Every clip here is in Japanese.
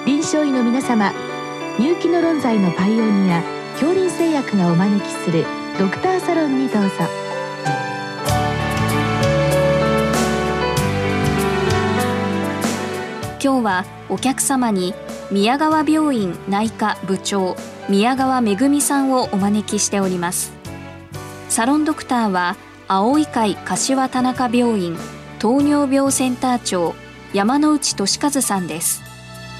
臨床医の皆様、入気の論剤のパイオニア杏林製薬がお招きするドクターサロンにどうぞ。 今日はお客様に宮川病院内科部長宮川めぐみさんをお招きしております。サロンドクターは青い会柏田中病院糖尿病センター長山内俊和さんです。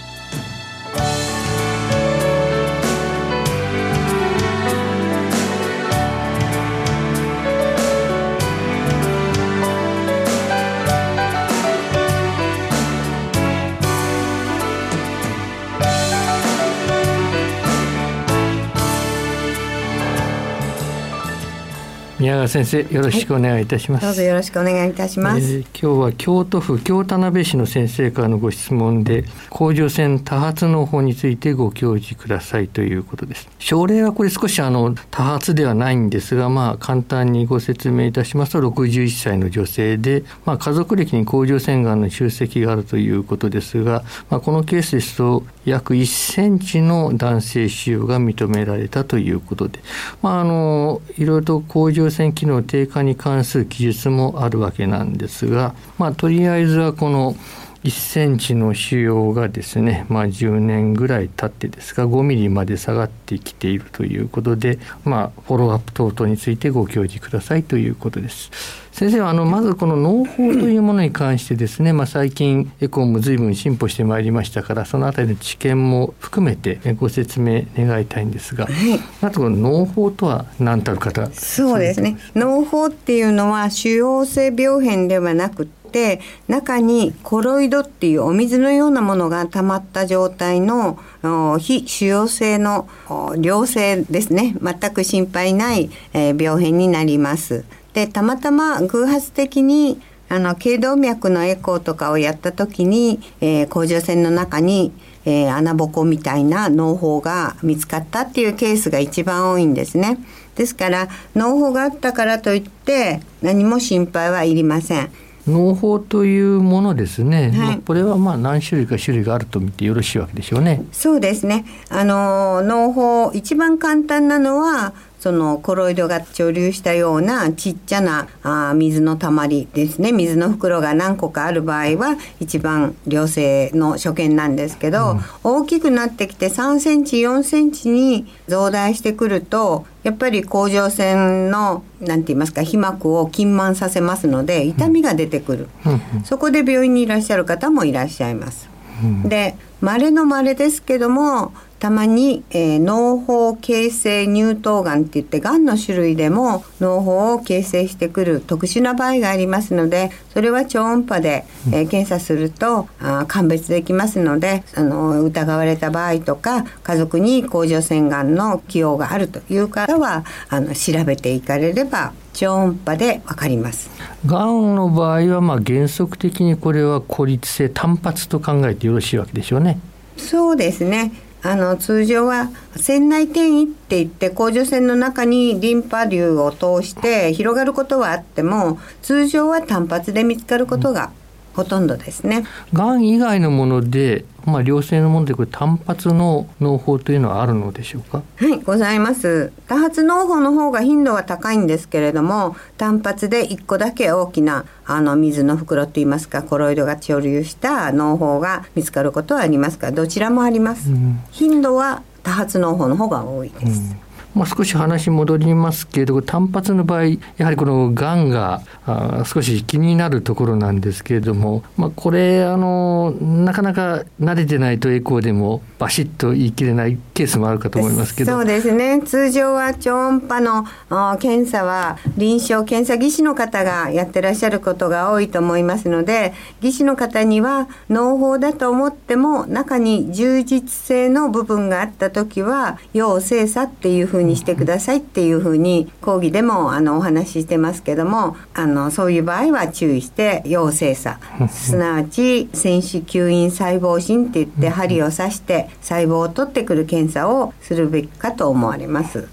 宮川先生、よろしくお願いいたします。 どうぞよろしくお願いいたします。 今日は京都府京田辺市の先生からのご質問で、甲状腺多発嚢胞についてご教示くださいということです。症例はこれ少し多発ではないんですが、簡単にご説明いたしますと、61歳の女性で、家族歴に甲状腺がんの集積があるということですが、このケースですと約1センチの男性腫瘍が認められたということで、いろいろと甲状腺機能低下に関する記述もあるわけなんですが、とりあえずはこの1センチの腫瘍がですね、10年ぐらい経ってですが5ミリまで下がってきているということで、フォローアップ等々についてご教示くださいということです。先生はまずこの嚢胞というものに関してですね、最近エコーも随分進歩してまいりましたから、そのあたりの知見も含めてご説明願いたいんですが、まずこの嚢胞とは何たる方。 そうですね、嚢胞っていうのは腫瘍性病変ではなくて、中にコロイドっていうお水のようなものが溜まった状態の非腫瘍性の良性ですね、全く心配ない病変になります。で、たまたま偶発的に頸動脈のエコーとかをやった時に、甲状腺の中に、穴ぼこみたいな嚢胞が見つかったっていうケースが一番多いんですね。ですから嚢胞があったからといって何も心配はいりません。 嚢胞というものですね、これは何種類か種類があると見てよろしいわけでしょうね。 そうですね、嚢胞一番簡単なのはそのコロイドが貯留したようなちっちゃな水のたまりですね。水の袋が何個かある場合は一番良性の所見なんですけど、大きくなってきて3センチ4センチに増大してくると、やっぱり甲状腺のなんて言いますか、皮膜を筋満させますので痛みが出てくる、そこで病院にいらっしゃる方もいらっしゃいます。で、稀の稀ですけども、たまに、嚢胞形成乳頭がんっていって、がんの種類でも嚢胞を形成してくる特殊な場合がありますので、それは超音波で、検査すると鑑別できますので、疑われた場合とか家族に甲状腺がんの既往があるという方は調べていかれれば超音波で分かります。 がんの場合は原則的にこれは孤立性単発と考えてよろしいわけでしょうね。 そうですね、通常は腺内転移っていって、甲状腺の中にリンパ流を通して広がることはあっても、通常は単発で見つかることがほとんどですね。 がん以外のもので、良性のものでこれ単発の嚢胞というのはあるのでしょうか。 はい、ございます。多発嚢胞の方が頻度は高いんですけれども、単発で1個だけ大きな水の袋といいますか、コロイドが貯留した嚢胞が見つかることはありますが、どちらもあります。頻度は多発嚢胞の方が多いです。 少し話戻りますけれど、単発の場合やはりこのがんが少し気になるところなんですけれども、これなかなか慣れてないとエコーでもバシッと言い切れないケースもあるかと思いますけど。 そうですね、通常は超音波の検査は臨床検査技師の方がやってらっしゃることが多いと思いますので、技師の方には嚢胞だと思っても中に充実性の部分があった時は要精査っていうふうにしてくださいっていうふうに講義でもお話ししてますけども、そういう場合は注意して要精査すなわち腺糸吸引細胞診っていって針を刺して細胞を取ってくる検査をするべきかと思われます。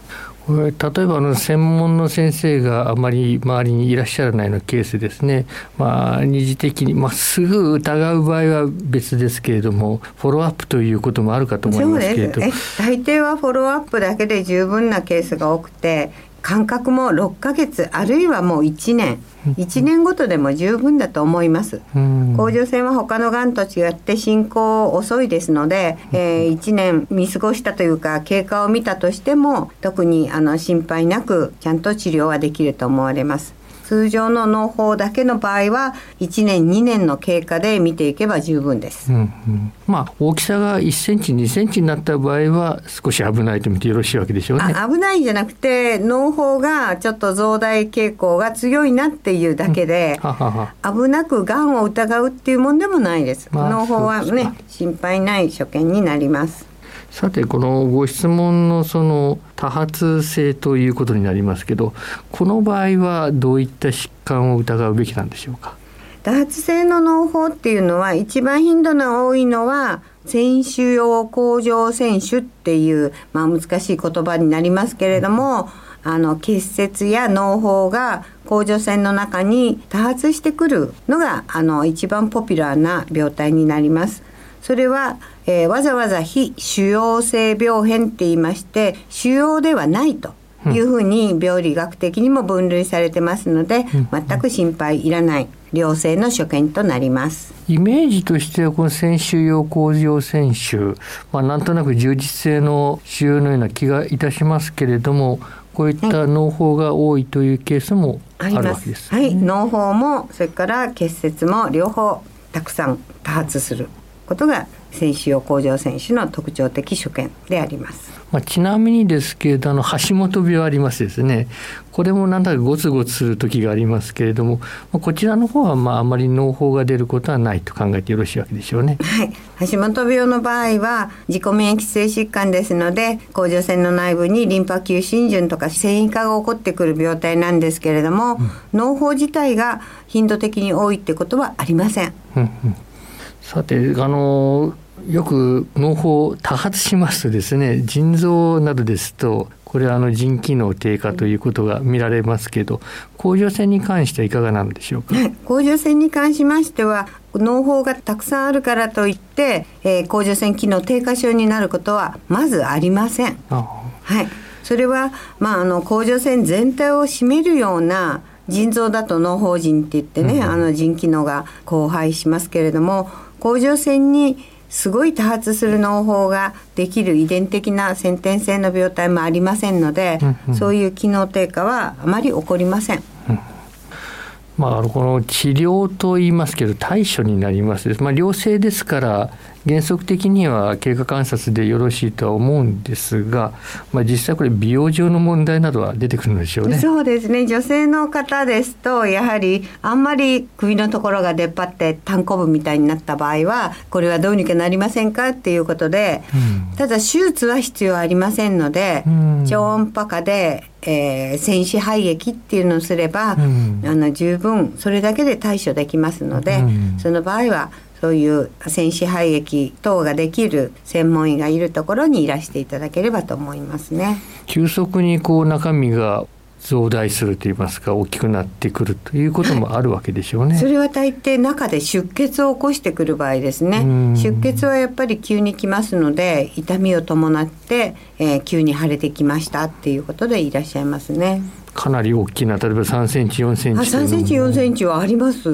例えば専門の先生があまり周りにいらっしゃらないようなケースですね、二次的に、すぐ疑う場合は別ですけれども、フォローアップということもあるかと思いますけれど。 そうです。大抵はフォローアップだけで十分なケースが多くて、間隔も6ヶ月あるいはもう1年ごとでも十分だと思います。甲状腺は他のがんと違って進行遅いですので、1年見過ごしたというか経過を見たとしても特に心配なくちゃんと治療はできると思われます。通常の嚢胞だけの場合は1年2年の経過で見ていけば十分です。 大きさが1センチ2センチになった場合は少し危ないと見てよろしいわけでしょうね。 危ないじゃなくて嚢胞がちょっと増大傾向が強いなっていうだけで、危なくがんを疑うっていうもんでもないです。嚢胞はね心配ない所見になります。 さてこのご質問の多発性ということになりますけど、この場合はどういった疾患を疑うべきなんでしょうか。 多発性の嚢胞っていうのは一番頻度の多いのは腺腫瘍甲状腺腫っていう、難しい言葉になりますけれども、結節や嚢胞が甲状腺の中に多発してくるのが一番ポピュラーな病態になります。それは、わざわざ非腫瘍性病変って言いまして、腫瘍ではないというふうに病理学的にも分類されてますので、全く心配いらない良性の所見となります。 イメージとしてはこの腺腫瘍甲状腺腫、なんとなく充実性の腫瘍のような気がいたしますけれども、こういった嚢胞が多いというケースもあるわけです。 嚢胞もそれから結節も両方たくさん多発することが腺腫瘍甲状腺腫の特徴的所見であります。 ちなみにですけれど橋本病ありますですね。これもなんだかゴツゴツする時がありますけれども、こちらの方はあまり嚢胞が出ることはないと考えてよろしいわけでしょうね。 橋本病の場合は自己免疫性疾患ですので、甲状腺の内部にリンパ球浸潤とか線維化が起こってくる病態なんですけれども、嚢胞自体が頻度的に多いってことはありません。 さてよく嚢胞多発しますとですね、腎臓などですとこれは腎機能低下ということが見られますけど、甲状腺に関してはいかがなんでしょうか。 甲状腺に関しましては嚢胞がたくさんあるからといって、甲状腺機能低下症になることはまずありません。それは、甲状腺全体を占めるような腎臓だと嚢胞腎って言ってね、腎機能が荒廃しますけれども、甲状腺にすごい多発する嚢胞ができる遺伝的な先天性の病態もありませんので、そういう機能低下はあまり起こりません。 この治療といいますけど対処になりますです。良性ですから原則的には経過観察でよろしいとは思うんですが、実際これ美容上の問題などは出てくるのでしょうね。 そうですね。女性の方ですとやはりあんまり首のところが出っ張って単行部みたいになった場合はこれはどうにかなりませんかっていうことで、ただ手術は必要ありませんので、超音波下で腺糸排液っていうのをすれば、十分それだけで対処できますので、その場合はそういう腺糸排液等ができる専門医がいるところにいらしていただければと思いますね。 急速に中身が増大するといいますか大きくなってくるということもあるわけでしょうね。 それは大抵中で出血を起こしてくる場合ですね。出血はやっぱり急にきますので痛みを伴って、急に腫れてきましたっていうことでいらっしゃいますね。 かなり大きな例えば3センチ4センチ 3センチ4センチはあります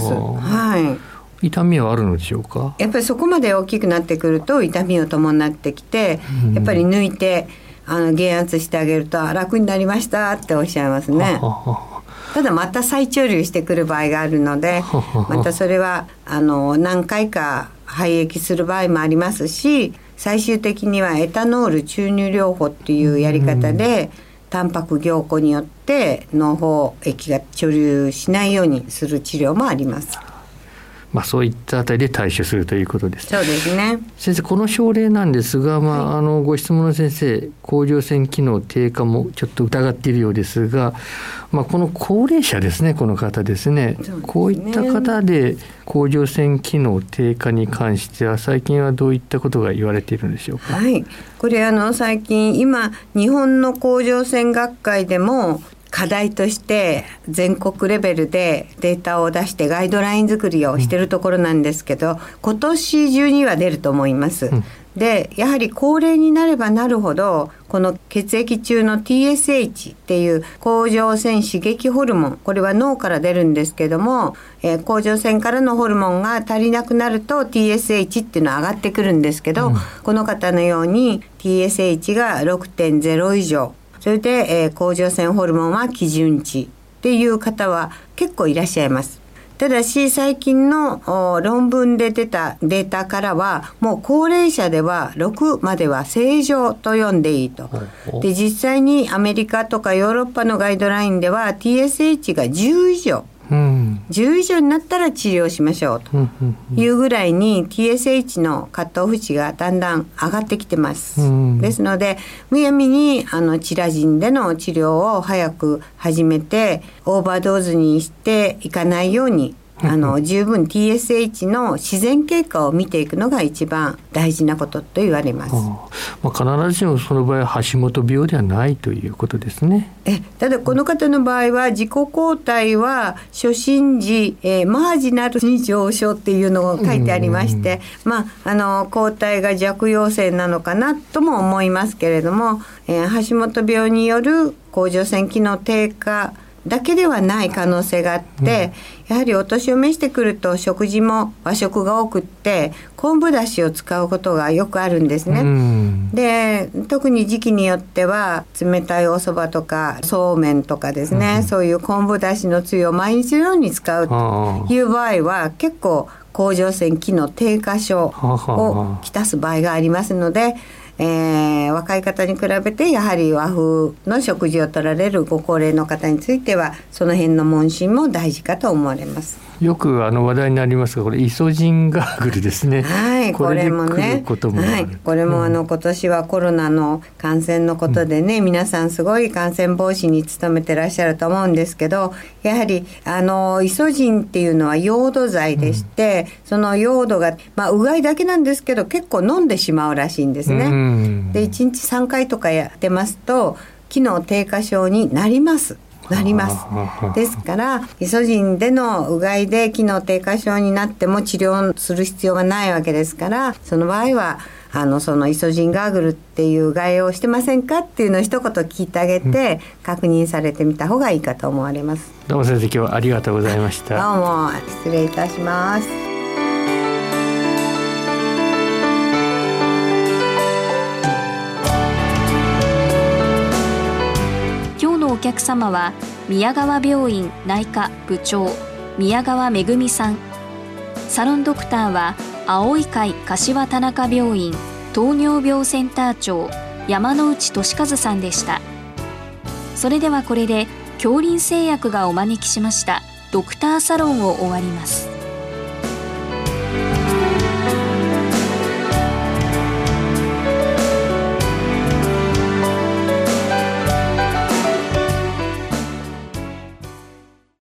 痛みはあるのでしょうか。 やっぱりそこまで大きくなってくると痛みを伴ってきて、やっぱり抜いて減圧してあげると楽になりましたっておっしゃいますね。ただまた再潮流してくる場合があるので、またそれは何回か排液する場合もありますし、最終的にはエタノール注入療法っていうやり方で、タンパク凝固によって嚢胞液が貯留しないようにする治療もあります。 そういったあたりで対処するということです。 そうですね。 先生、この症例なんですが、ご質問の先生、甲状腺機能低下もちょっと疑っているようですが、この高齢者ですね、この方ですね、こういった方で甲状腺機能低下に関しては最近はどういったことが言われているんでしょうか。 はい、これ最近今日本の甲状腺学会でも課題として全国レベルでデータを出してガイドライン作りをしているところなんですけど、今年中には出ると思います。でやはり高齢になればなるほどこの血液中の TSH っていう甲状腺刺激ホルモン、これは脳から出るんですけども、甲状腺からのホルモンが足りなくなると TSH っていうのは上がってくるんですけど、この方のように TSH が 6.0 以上、それで、甲状腺ホルモンは基準値っていう方は結構いらっしゃいます。ただし最近の論文で出たデータからはもう高齢者では6までは正常と読んでいいと。で実際にアメリカとかヨーロッパのガイドラインでは TSH が10以上、10以上になったら治療しましょうというぐらいに TSH のカットオフ値がだんだん上がってきてます。ですのでむやみにチラジンでの治療を早く始めてオーバードーズにしていかないように十分 TSH の自然経過を見ていくのが一番大事なことと言われます。 必ずしもその場合は橋本病ではないということですね。 ただこの方の場合は自己抗体は初診時、マージナルに上昇っていうのが書いてありまして、抗体が弱陽性なのかなとも思いますけれども、橋本病による甲状腺機能低下だけではない可能性があって、やはりお年を召してくると食事も和食が多くって昆布だしを使うことがよくあるんですね。で特に時期によっては冷たいお蕎麦とかそうめんとかですね、そういう昆布だしのつゆを毎日のように使うという場合は結構甲状腺機能低下症をきたす場合がありますので、若い方に比べてやはり和風の食事を取られるご高齢の方についてはその辺の問診も大事かと思われます。 よく話題になりますが、これイソジンガーグルですね。 これもね、これも今年はコロナの感染のことでね、皆さんすごい感染防止に努めてらっしゃると思うんですけど、やはりイソジンっていうのはヨード剤でして、そのヨードが、うがいだけなんですけど結構飲んでしまうらしいんですね。で1日3回とかやってますと機能低下症になります。ですからイソジンでのうがいで機能低下症になっても治療する必要がないわけですから、その場合はそのイソジンガーグルっていう外用をしてませんかっていうのを一言聞いてあげて、確認されてみた方がいいかと思われます。 どうも先生、今日はありがとうございました。 どうも失礼いたします。 お客様は宮川病院内科部長宮川めぐみさん、サロンドクターは青い会柏田中病院糖尿病センター長山内俊和さんでした。それではこれで杏林製薬がお招きしましたドクターサロンを終わります。